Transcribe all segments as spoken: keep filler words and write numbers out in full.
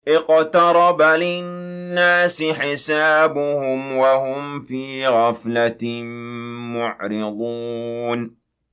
اقترب للناس حسابهم وهم في غفلة معرضون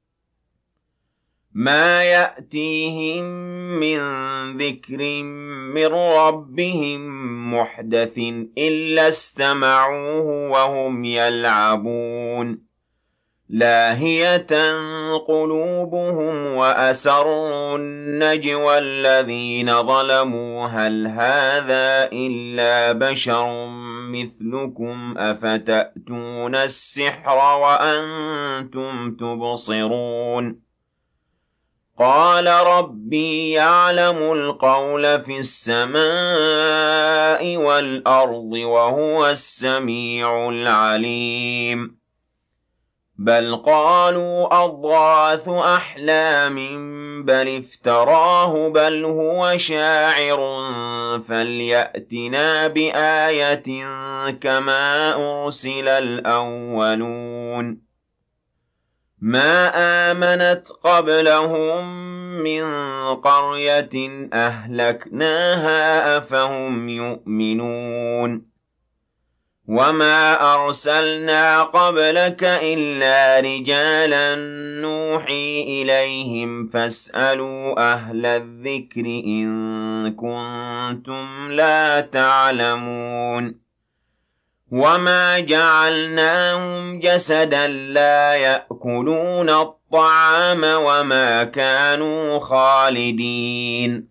ما يأتيهم من ذكر من ربهم محدث إلا استمعوه وهم يلعبون لاهية قلوبهم وأسروا النجوى الذين ظلموا هل هذا إلا بشر مثلكم أفتأتون السحر وأنتم تبصرون قال ربي يعلم القول في السماء والأرض وهو السميع العليم بل قالوا أضغاث أحلام بل افتراه بل هو شاعر فليأتنا بآية كما أرسل الأولون ما آمنت قبلهم من قرية أهلكناها أفهم يؤمنون وما أرسلنا قبلك إلا رجالا نوحي إليهم فاسألوا أهل الذكر إن كنتم لا تعلمون وما جعلناهم جسدا لا يأكلون الطعام وما كانوا خالدين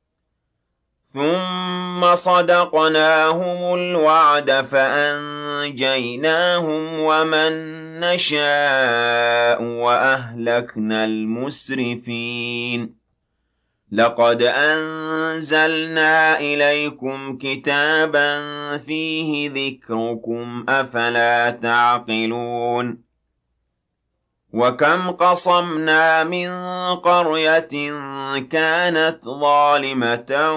ثم صدقناهم الوعد فأنجيناهم ومن نشاء وأهلكنا المسرفين لقد أنزلنا إليكم كتابا فيه ذكركم أفلا تعقلون وكم قصمنا من قرية كانت ظالمة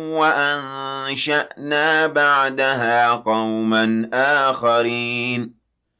وأنشأنا بعدها قوما آخرين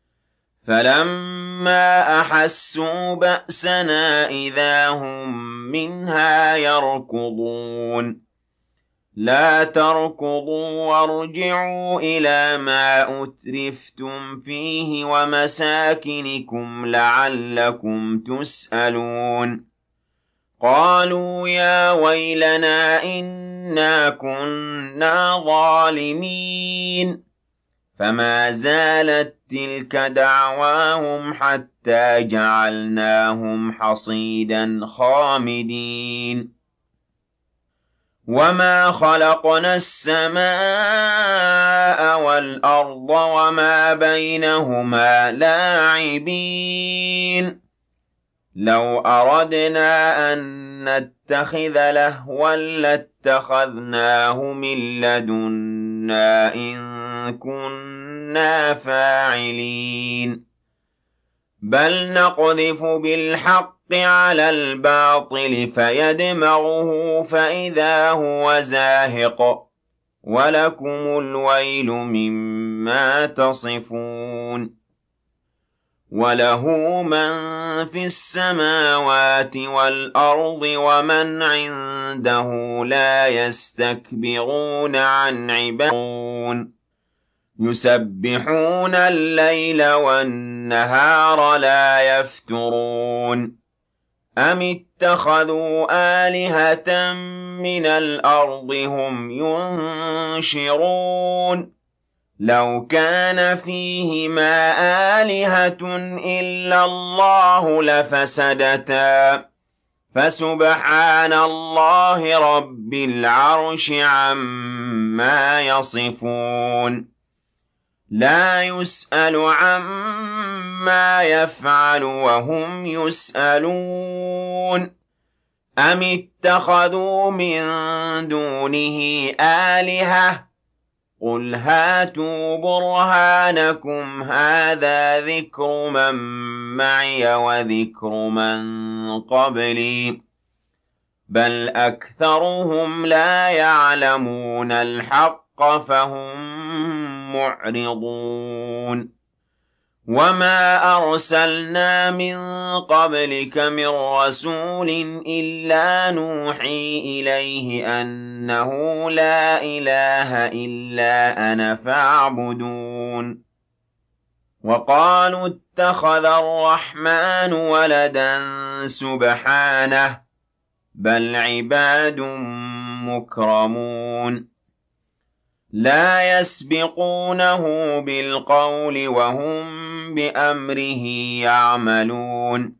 فلما أحسوا بأسنا إذا هم منها يركضون لا تركضوا وارجعوا إلى ما أترفتم فيه ومساكنكم لعلكم تسألون قالوا يا ويلنا إنا كنا ظالمين فما زالت تلك دعواهم حتى جعلناهم حصيدا خامدين وما خلقنا السماء والأرض وما بينهما لاعبين لو أردنا أن نتخذ لهوا لاتخذناه من لدنا إن كنا فاعلين بل نقذف بالحق على الباطل فيدمغه فإذا هو زاهق ولكم الويل مما تصفون وله من في السماوات والأرض ومن عنده لا يستكبرون عن عبادته يسبحون الليل والنهار لا يفترون أم اتخذوا آلهة من الأرض هم ينشرون لو كان فيهما آلهة إلا الله لفسدتا فسبحان الله رب العرش عما يصفون لا يسأل عما يفعل وهم يسألون أم اتخذوا من دونه آلهة قل هاتوا برهانكم هذا ذكر من معي وذكر من قبلي بل أكثرهم لا يعلمون الحق فهم معرضون وَمَا أَرْسَلْنَا مِن قَبْلِكَ مِن رَّسُولٍ إِلَّا نُوحِي إِلَيْهِ أَنَّهُ لَا إِلَٰهَ إِلَّا أَنَا فَاعْبُدُونِ وَقَالُوا اتَّخَذَ الرَّحْمَٰنُ وَلَدًا سُبْحَانَهُ بَلْ عِبَادٌ مُّكْرَمُونَ لَا يَسْبِقُونَهُ بِالْقَوْلِ وَهُم بِأَمْرِهِ يَعْمَلُونَ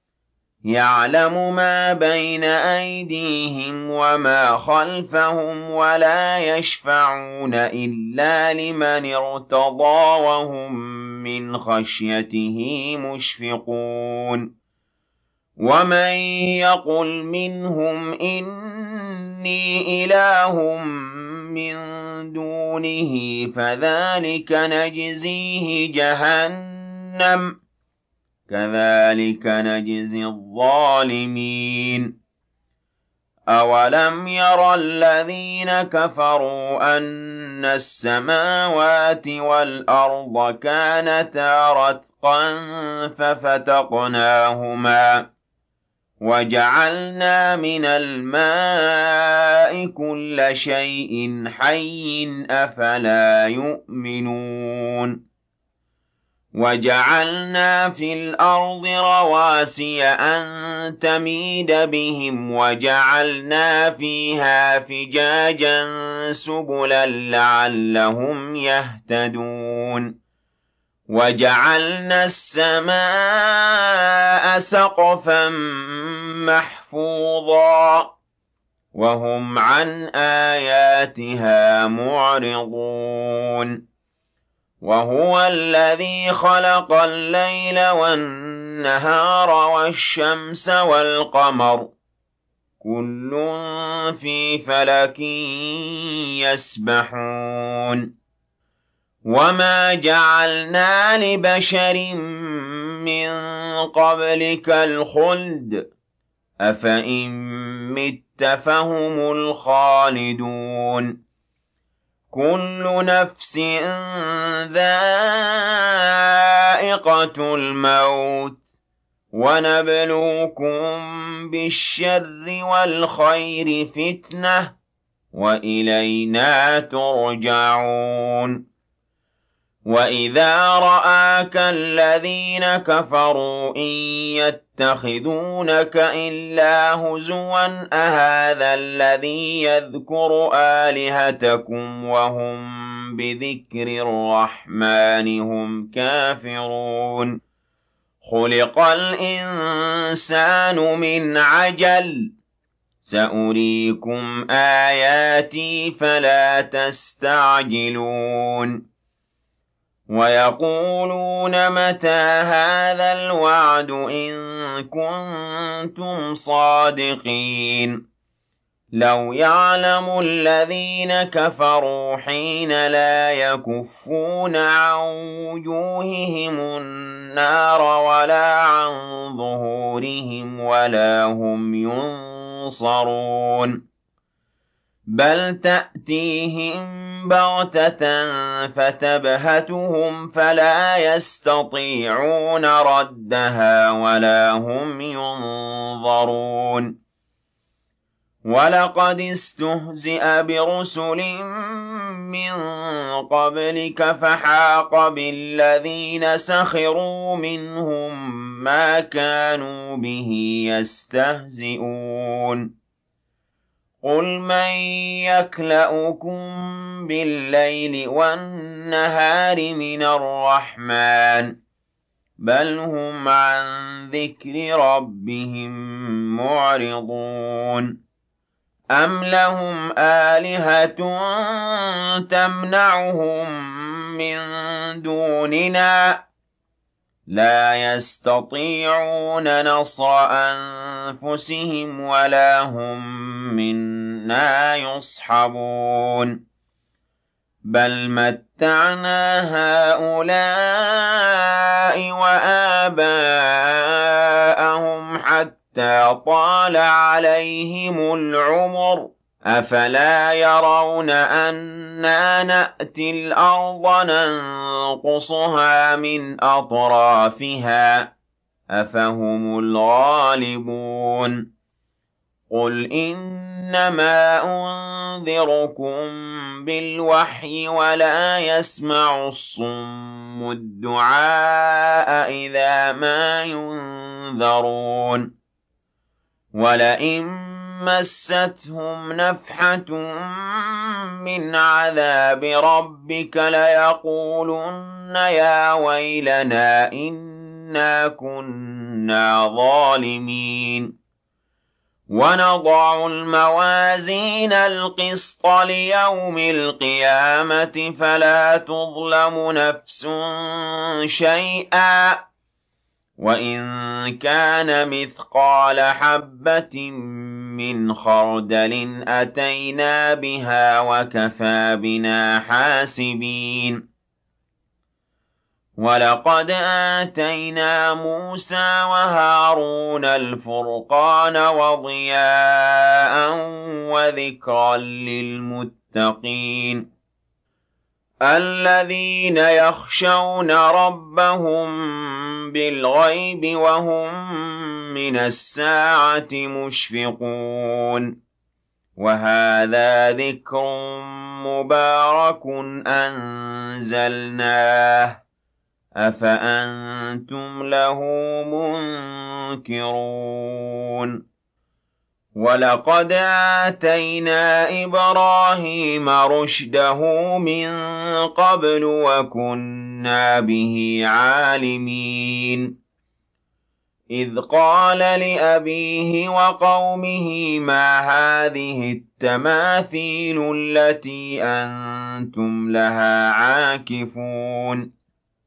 يَعْلَمُ مَا بَيْنَ أَيْدِيهِمْ وَمَا خَلْفَهُمْ وَلَا يَشْفَعُونَ إِلَّا لِمَنِ ارْتَضَىٰ وَهُم مِّنْ خَشْيَتِهِ مُشْفِقُونَ وَمَن يَقُلْ مِنْهُمْ إِنِّي إِلَٰهٌ مِّن دُونِهِ فَذَٰلِكَ نَجْزِيهِ جَهَنَّمَ كَذَٰلِكَ نَجْزِي الظَّالِمِينَ أَوَلَمْ يَرَ الَّذِينَ كَفَرُوا أَنَّ السَّمَاوَاتِ وَالْأَرْضَ كَانَتَا رَتْقًا فَفَتَقْنَاهُمَا وَجَعَلْنَا مِنَ الْمَاءِ كُلَّ شَيْءٍ حَيٍّ أَفَلَا يُؤْمِنُونَ وَجَعَلْنَا فِي الْأَرْضِ رَوَاسِيَ أَن تَمِيدَ بِهِمْ وَجَعَلْنَا فِيهَا فِجَاجًا سُبُلًا لَّعَلَّهُمْ يَهْتَدُونَ وَجَعَلْنَا السَّمَاءَ سَقْفًا مَّحْفُوظًا وَهُمْ عَنْ آيَاتِهَا مُعْرِضُونَ وَهُوَ الَّذِي خَلَقَ اللَّيْلَ وَالنَّهَارَ وَالشَّمْسَ وَالْقَمَرَ كُلٌّ فِي فَلَكٍ يَسْبَحُونَ وَمَا جَعَلْنَا لِبَشَرٍ مِّن قَبْلِكَ الْخُلْدَ أَفَإِن مِّتَّ فَهُمُ الْخَالِدُونَ كُلُّ نَفْسٍ ذَائِقَةُ الْمَوْتِ وَنَبْلُوكُم بِالشَّرِّ وَالْخَيْرِ فِتْنَةً وَإِلَيْنَا تُرْجَعُونَ وَإِذَا رَآكَ الَّذِينَ كَفَرُوا إِن يَتَّخِذُونَكَ إِلَّا هُزُوًا أَهَٰذَا الَّذِي يَذْكُرُ آلِهَتَكُمْ وَهُم بِذِكْرِ الرَّحْمَٰنِ هُمْ كَافِرُونَ خُلِقَ الْإِنسَانُ مِنْ عَجَلٍ سَأُرِيكُمْ آيَاتِي فَلَا تَسْتَعْجِلُونِ وَيَقُولُونَ مَتَىٰ هَٰذَا الْوَعْدُ إِن كُنتُمْ صَادِقِينَ لَوْ يَعْلَمُ الَّذِينَ كَفَرُوا حِينَ لَا يَكُفُّونَ عَن وُجُوهِهِمُ النَّارَ وَلَا عَن ظُهُورِهِمْ وَلَا هُمْ يُنصَرُونَ بَلْ تَأْتِيهِم بَغْتَةً فَتَبْهَتُهُمْ فَلَا يَسْتَطِيعُونَ رَدَّهَا وَلَا هُمْ يُنظَرُونَ وَلَقَدِ اسْتُهْزِئَ بِرُسُلٍ مِّن قَبْلِكَ فَحَاقَ بِالَّذِينَ سَخِرُوا مِنْهُم مَّا كَانُوا بِهِ يَسْتَهْزِئُونَ قُلْ مَن يَكْلَؤُكُم بِاللَّيْلِ وَالنَّهَارِ مِنَ الرَّحْمَٰنِ بَلْ هُمْ عَن ذِكْرِ رَبِّهِم مُّعْرِضُونَ أَمْ لَهُمْ آلِهَةٌ تَمْنَعُهُم مِّن دُونِنَا لَا يَسْتَطِيعُونَ نَصْرَ أَنفُسِهِمْ وَلَا هُم مِّنَّا يُصْحَبُونَ بَلْ مَتَّعْنَا هَٰؤُلَاءِ وَآبَاءَهُمْ حَتَّىٰ طَالَ عَلَيْهِمُ الْعُمُرُ أَفَلَا يَرَوْنَ أَنَّا نَأْتِي الْأَرْضَ نَنقُصُهَا مِنْ أَطْرَافِهَا أَفَهُمُ الْغَالِبُونَ قُلْ إِنَّمَا أُنذِرُكُم بِالْوَحْيِ وَلَا يَسْمَعُ الصُّمُّ الدُّعَاءَ إِذَا مَا يُنذَرُونَ وَلَئِن مَّسَّتْهُمْ نَفْحَةٌ مِّنْ عَذَابِ رَبِّكَ لَيَقُولُنَّ يَا وَيْلَنَا إِنَّا كُنَّا ظَالِمِينَ وَنَضَعُ الْمَوَازِينَ الْقِسْطَ لِيَوْمِ الْقِيَامَةِ فَلَا تُظْلَمُ نَفْسٌ شَيْئًا وَإِن كَانَ مِثْقَالَ حَبَّةٍ مِّنْ خَرْدَلٍ أَتَيْنَا بِهَا وَكَفَىٰ بِنَا حَاسِبِينَ وَلَقَدْ آتَيْنَا مُوسَىٰ وَهَارُونَ الْفُرْقَانَ وَضِيَاءً وَذِكْرًا لِّلْمُتَّقِينَ الَّذِينَ يَخْشَوْنَ رَبَّهُم بِالْغَيْبِ وَهُم مِّنَ السَّاعَةِ مُشْفِقُونَ وَهَٰذَا ذِكْرٌ مُّبَارَكٌ أَنزَلْنَاهُ أَفَأَنتُمْ لَهُ مُنكِرُونَ وَلَقَدْ آتَيْنَا إِبْرَاهِيمَ رُشْدَهُ مِن قَبْلُ وَكُنَّا بِهِ عَالِمِينَ إِذْ قَالَ لِأَبِيهِ وَقَوْمِهِ مَا هَٰذِهِ التَّمَاثِيلُ الَّتِي أَنتُمْ لَهَا عَاكِفُونَ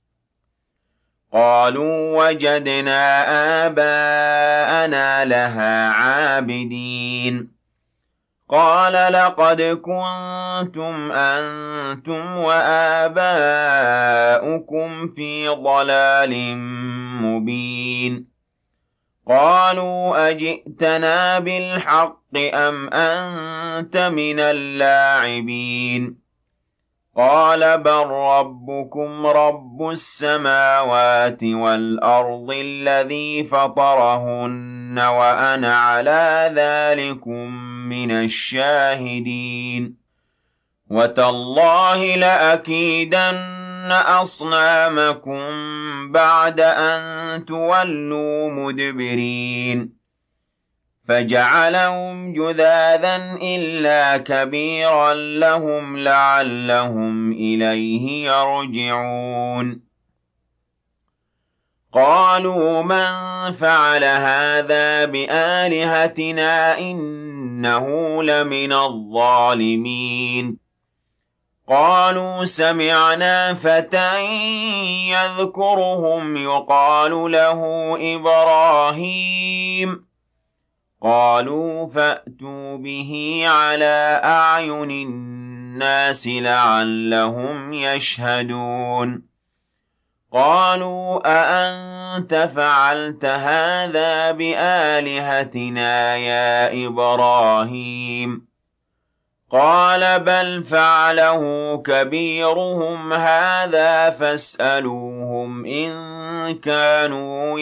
قَالُوا وَجَدْنَا آبَاءَنَا لَهَا عَابِدِينَ قَالَ لَقَدْ كُنتُمْ أَنتُمْ وَآبَاؤُكُمْ فِي ضَلَالٍ مُّبِينٍ قَالُوا أَجِئْتَنَا بِالْحَقِّ أَمْ أَنتَ مِنَ اللاعبين قَالَ بَل رَّبُّكُمْ رَبُّ السَّمَاوَاتِ وَالْأَرْضِ الَّذِي فَطَرَهُنَّ وَأَنَا عَلَىٰ ذَٰلِكُم مِّنَ الشَّاهِدِينَ وَتَاللَّهِ لَأَكِيدَنَّ أَصْنَامَكُم بَعْدَ أَن تُوَلُّوا مُدْبِرِينَ فَجَعَلَهُمْ جُذَاذًا إِلَّا كَبِيرًا لَّهُمْ لَعَلَّهُمْ إِلَيْهِ يَرْجِعُونَ قَالُوا مَن فَعَلَ هَٰذَا بِآلِهَتِنَا إِنَّهُ لَمِنَ الظَّالِمِينَ قَالُوا سَمِعْنَا فَتًى يَذْكُرُهُمْ يُقَالُ لَهُ إِبْرَاهِيمُ قَالُوا فَأْتُوا بِهِ عَلَىٰ أَعْيُنِ النَّاسِ لَعَلَّهُمْ يَشْهَدُونَ قَالُوا أَأَنتَ فَعَلْتَ هَٰذَا بِآلِهَتِنَا يَا إِبْرَاهِيمُ قَالَ بَلْ فَعَلَهُ كَبِيرُهُمْ هَٰذَا فَاسْأَلُوهُمْ إِن كَانُوا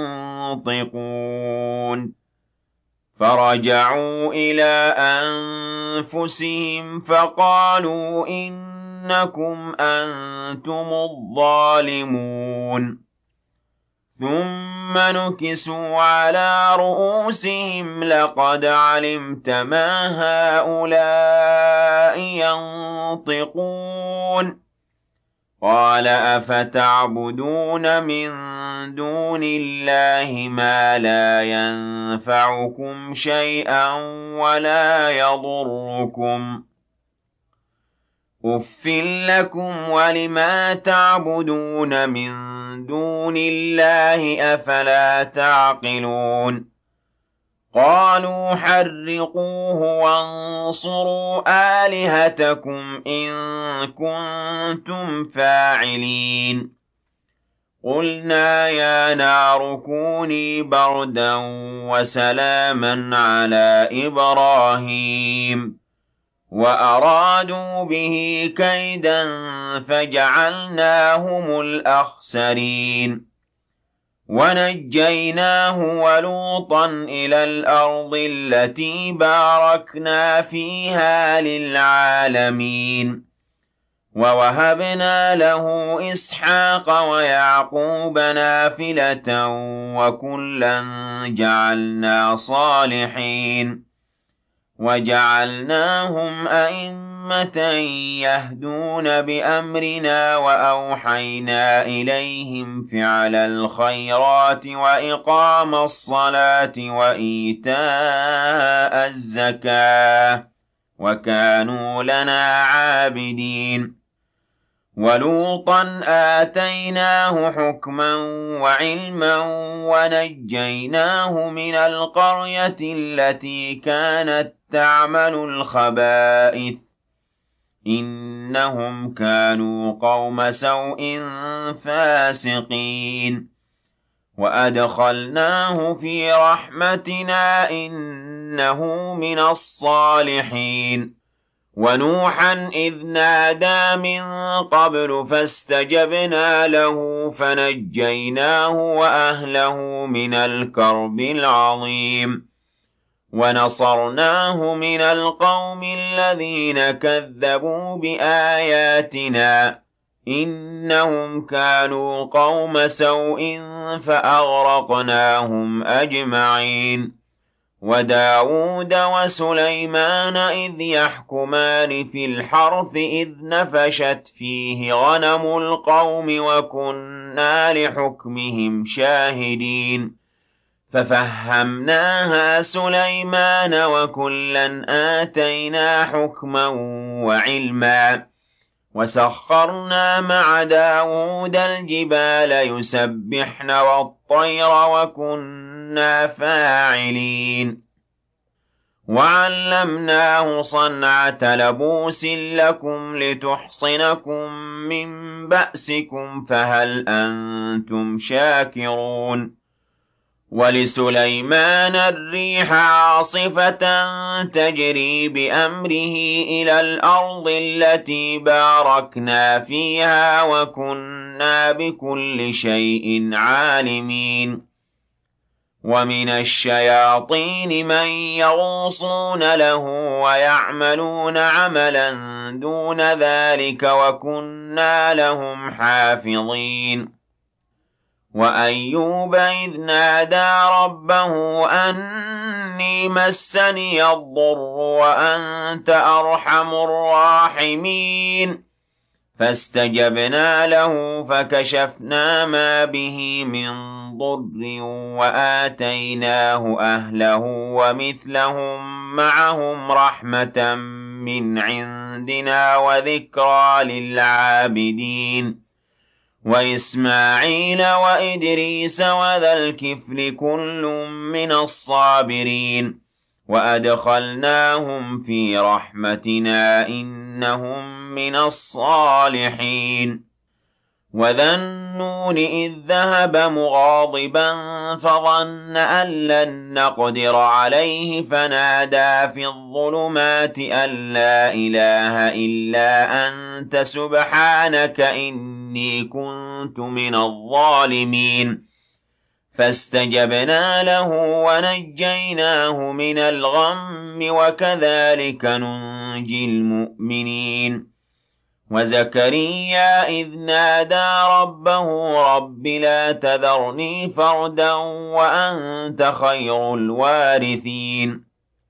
يَنطِقُونَ فَرَجَعُوا إِلَىٰ أَنفُسِهِمْ فَقَالُوا إِنَّكُمْ أَنتُمُ الظَّالِمُونَ ثُمَّ نُكِسُوا عَلَىٰ رُءُوسِهِمْ لَقَدْ عَلِمْتَ مَا هَٰؤُلَاءِ يَنطِقُونَ قَالَ أَفَتَعْبُدُونَ مِن دُونِ اللَّهِ مَا لَا يَنفَعُكُمْ شَيْئًا وَلَا يَضُرُّكُمْ أُفٍّ لَّكُمْ وَلِمَا تَعْبُدُونَ مِن دُونِ اللَّهِ أَفَلَا تَعْقِلُونَ قَالُوا حَرِّقُوهُ وَانصُرُوا آلِهَتَكُمْ إِن كُنتُمْ فَاعِلِينَ قُلْنَا يَا نَارُ كُونِي بَرْدًا وَسَلَامًا عَلَىٰ إِبْرَاهِيمَ وأرادوا به كيدا فجعلناهم الأخسرين ونجيناه ولوطا إلى الأرض التي باركنا فيها للعالمين ووهبنا له إسحاق ويعقوب نافلة وكلا جعلنا صالحين وجعلناهم أئمة يهدون بأمرنا وأوحينا إليهم فعل الخيرات وإقام الصلاة وإيتاء الزكاة وكانوا لنا عابدين ولوطا آتيناه حكما وعلما ونجيناه من القرية التي كانت تعمل الخبائث إنهم كانوا قوم سوء فاسقين وأدخلناه في رحمتنا إنه من الصالحين ونوحا إذ نادى من قبل فاستجبنا له فنجيناه وأهله من الكرب العظيم ونصرناه من القوم الذين كذبوا بآياتنا إنهم كانوا قوم سوء فأغرقناهم أجمعين وداود وسليمان إذ يحكمان في الحرث إذ نفشت فيه غنم القوم وكنا لحكمهم شاهدين ففهمناها سليمان وكلا آتينا حكما وعلما وسخرنا مع داود الجبال يسبحن والطير وكنا فاعلين وعلمناه صنعة لبوس لكم لتحصنكم من بأسكم فهل أنتم شاكرون ولسليمان الريح عاصفة تجري بأمره إلى الأرض التي باركنا فيها وكنا بكل شيء عالمين ومن الشياطين من يغوصون له ويعملون عملا دون ذلك وكنا لهم حافظين وأيوب إذ نادى ربه أني مسني الضر وأنت أرحم الراحمين فاستجبنا له فكشفنا ما به من ضر وآتيناه أهله ومثلهم معهم رحمة من عندنا وذكرى للعابدين وإسماعيل وإدريس وذا الكفل كل من الصابرين وأدخلناهم في رحمتنا إنهم من الصالحين وذا النون إذ ذهب مغاضبا فظن أن لن نقدر عليه فنادى في الظلمات أن لا إله إلا أنت سبحانك إني كنت من الظالمين فاستجبنا له ونجيناه من الغم وكذلك ننجي المؤمنين وزكريا إذ نادى ربه رب لا تذرني فردا وأنت خير الوارثين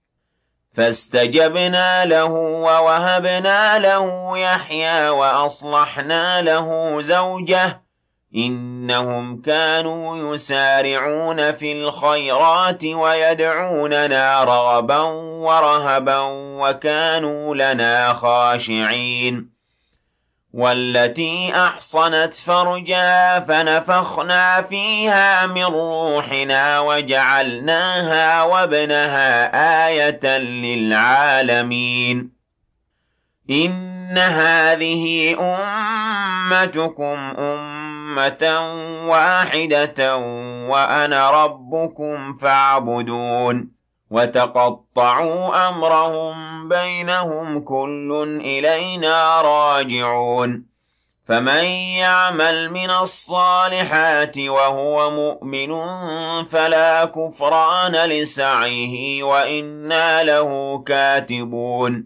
فاستجبنا له ووهبنا له يحيى وأصلحنا له زوجه إنهم كانوا يسارعون في الخيرات ويدعوننا رغبا ورهبا وكانوا لنا خاشعين والتي أحصنت فرجها فنفخنا فيها من روحنا وجعلناها وابنها آية للعالمين إن هذه أمتكم أمة واحدة وأنا ربكم فاعبدون وتقطعوا أمرهم بينهم كل إلينا راجعون فمن يعمل من الصالحات وهو مؤمن فلا كفران لسعيه وإنا له كاتبون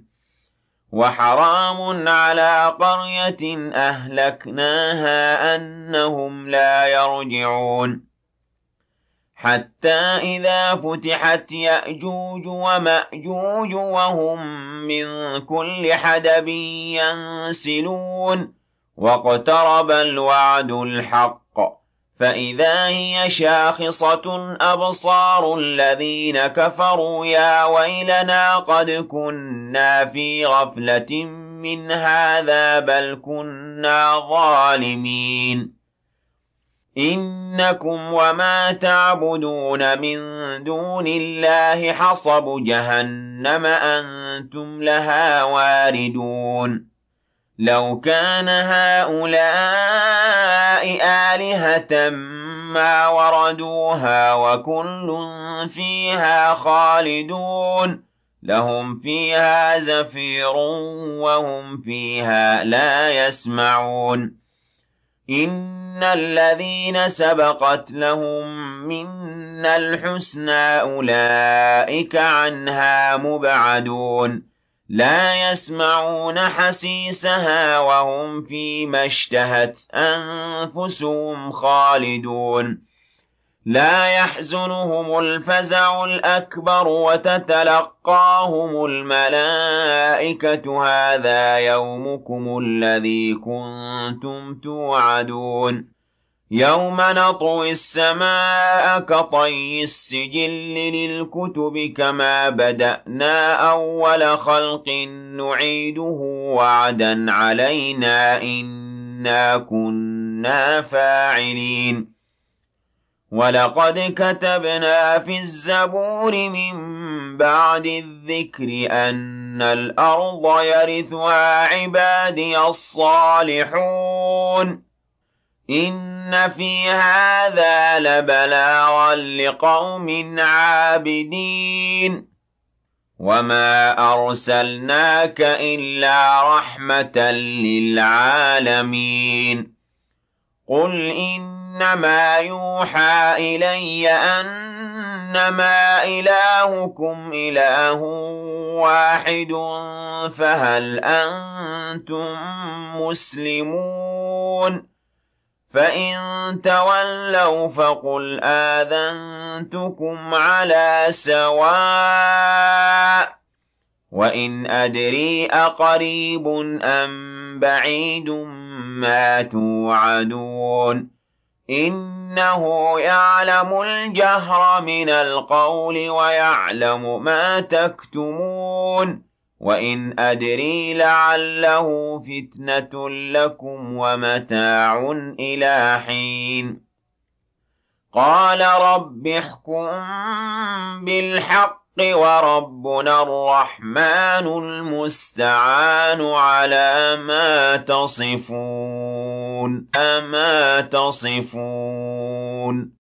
وحرام على قرية أهلكناها أنهم لا يرجعون حتى إذا فتحت يأجوج ومأجوج وهم من كل حدب ينسلون واقترب الوعد الحق فإذا هي شاخصة أبصار الذين كفروا يا ويلنا قد كنا في غفلة من هذا بل كنا ظالمين إنكم وما تعبدون من دون الله حصب جهنم أنتم لها واردون لو كان هؤلاء آلهة ما وردوها وكل فيها خالدون لهم فيها زفير وهم فيها لا يسمعون إن الذين سبقت لهم منا الحسنى أولئك عنها مبعدون لا يسمعون حسيسها وهم فيما اشتهت أنفسهم خالدون لا يحزنهم الفزع الأكبر وتتلقاهم الملائكة هذا يومكم الذي كنتم توعدون يوم نطوي السماء كطي السجل للكتب كما بدأنا أول خلق نعيده وعدا علينا إنا كنا فاعلين ولقد كتبنا في الزبور من بعد الذكر أن الأرض يرثها عبادي الصالحون إن في هذا لبلاغا لقوم عابدين وما أرسلناك إلا رحمة للعالمين قل إنما يوحى إلي أنما إلهكم إله واحد فهل أنتم مسلمون فإن تولوا فقل آذنتكم على سواء وإن أدري أقريب أم بعيد ما توعدون إنه يعلم الجهر من القول ويعلم ما تكتمون وإن أدري لعله فتنة لكم ومتاع إلى حين قال رب احكم بالحق وربنا الرحمن المستعان على ما تصفون أما تصفون